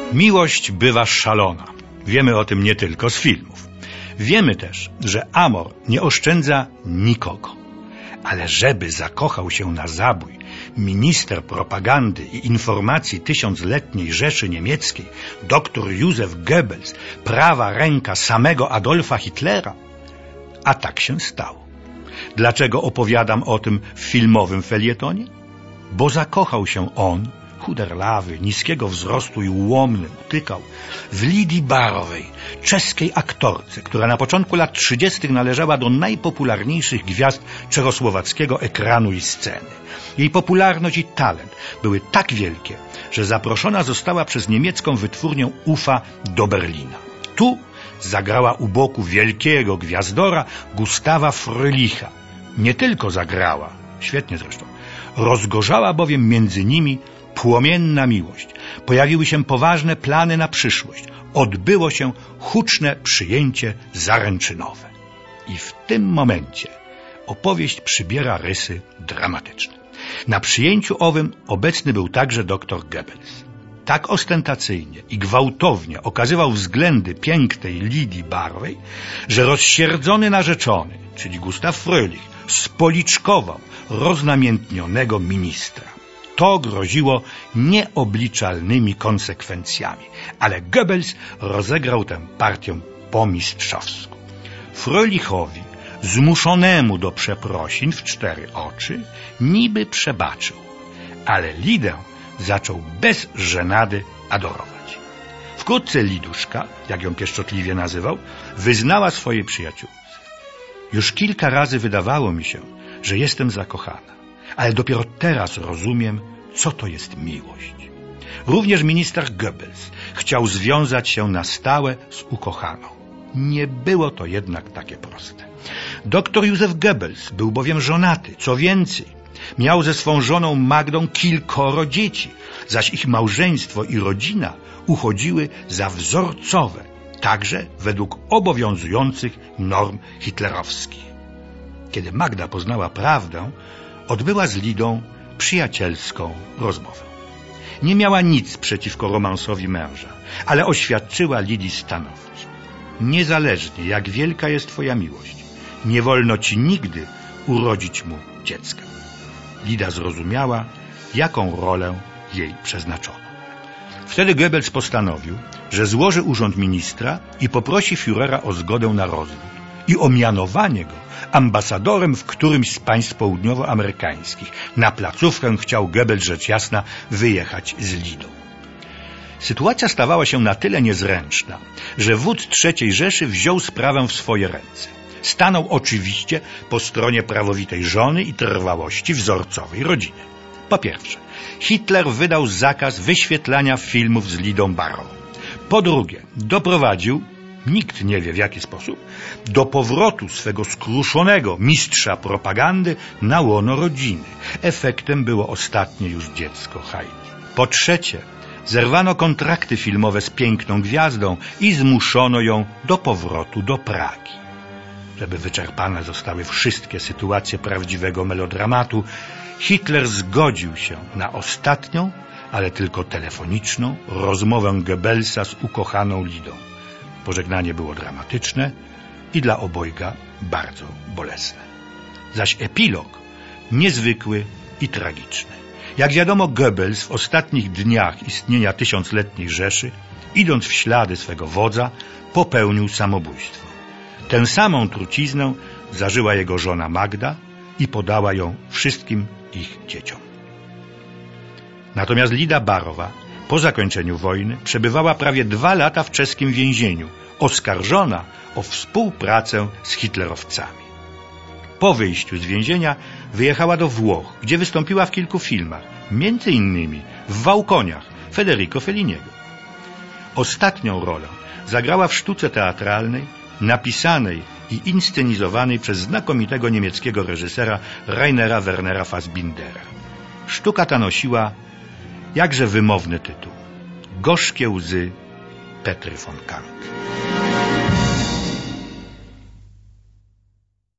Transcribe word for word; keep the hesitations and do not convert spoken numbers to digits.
Miłość bywa szalona. Wiemy o tym nie tylko z filmów. Wiemy też, że amor nie oszczędza nikogo. Ale żeby zakochał się na zabój minister propagandy i informacji tysiącletniej Rzeszy Niemieckiej, dr Józef Goebbels, prawa ręka samego Adolfa Hitlera? A tak się stało. Dlaczego opowiadam o tym w filmowym felietonie? Bo zakochał się on, chuderlawy, niskiego wzrostu i ułomny, utykał, w Lidii Barowej, czeskiej aktorce, która na początku lat trzydziestych należała do najpopularniejszych gwiazd czechosłowackiego ekranu i sceny. Jej popularność i talent były tak wielkie, że zaproszona została przez niemiecką wytwórnię U F A do Berlina. Tu zagrała u boku wielkiego gwiazdora Gustawa Fröhlicha. Nie tylko zagrała, świetnie zresztą, rozgorzała bowiem między nimi płomienna miłość. Pojawiły się poważne plany na przyszłość. Odbyło się huczne przyjęcie zaręczynowe. I w tym momencie opowieść przybiera rysy dramatyczne. Na przyjęciu owym obecny był także dr Goebbels. Tak ostentacyjnie i gwałtownie okazywał względy pięknej Lidii Barowej, że rozsierdzony narzeczony, czyli Gustav Fröhlich, spoliczkował roznamiętnionego ministra. To groziło nieobliczalnymi konsekwencjami, ale Goebbels rozegrał tę partię po mistrzowsku. Fröhlichowi, zmuszonemu do przeprosin w cztery oczy, niby przebaczył, ale Lidę zaczął bez żenady adorować. Wkrótce Liduszka, jak ją pieszczotliwie nazywał, wyznała swojej przyjaciółce: już kilka razy wydawało mi się, że jestem zakochana, ale dopiero teraz rozumiem, co to jest miłość. Również minister Goebbels chciał związać się na stałe z ukochaną. Nie było to jednak takie proste. Doktor Józef Goebbels był bowiem żonaty, co więcej, miał ze swą żoną Magdą kilkoro dzieci, zaś ich małżeństwo i rodzina uchodziły za wzorcowe, także według obowiązujących norm hitlerowskich. Kiedy Magda poznała prawdę, odbyła z Lidą przyjacielską rozmowę. Nie miała nic przeciwko romansowi męża, ale oświadczyła Lidii stanowczo: niezależnie jak wielka jest twoja miłość, nie wolno ci nigdy urodzić mu dziecka. Lida zrozumiała, jaką rolę jej przeznaczono. Wtedy Goebbels postanowił, że złoży urząd ministra i poprosi Führera o zgodę na rozwód i o mianowanie go ambasadorem w którymś z państw południowoamerykańskich. Na placówkę chciał Goebbels, rzecz jasna, wyjechać z Lidą. Sytuacja stawała się na tyle niezręczna, że wódz trzeciej Rzeszy wziął sprawę w swoje ręce. Stanął oczywiście po stronie prawowitej żony i trwałości wzorcowej rodziny. Po pierwsze, Hitler wydał zakaz wyświetlania filmów z Lidą Barową. Po drugie, doprowadził, nikt nie wie w jaki sposób, do powrotu swego skruszonego mistrza propagandy na łono rodziny. Efektem było ostatnie już dziecko Heidi. Po trzecie, zerwano kontrakty filmowe z piękną gwiazdą i zmuszono ją do powrotu do Pragi. Żeby wyczerpane zostały wszystkie sytuacje prawdziwego melodramatu, Hitler zgodził się na ostatnią, ale tylko telefoniczną, rozmowę Goebbelsa z ukochaną Lidą. Pożegnanie było dramatyczne i dla obojga bardzo bolesne. Zaś epilog niezwykły i tragiczny. Jak wiadomo, Goebbels w ostatnich dniach istnienia tysiącletniej Rzeszy, idąc w ślady swego wodza, popełnił samobójstwo. Tę samą truciznę zażyła jego żona Magda i podała ją wszystkim ich dzieciom. Natomiast Lida Barowa po zakończeniu wojny przebywała prawie dwa lata w czeskim więzieniu, oskarżona o współpracę z hitlerowcami. Po wyjściu z więzienia wyjechała do Włoch, gdzie wystąpiła w kilku filmach, między innymi w Wałkoniach Federico Felliniego. Ostatnią rolę zagrała w sztuce teatralnej napisanej i inscenizowanej przez znakomitego niemieckiego reżysera Rainera Wernera Fassbindera. Sztuka ta nosiła jakże wymowny tytuł: Gorzkie łzy Petry von Kant.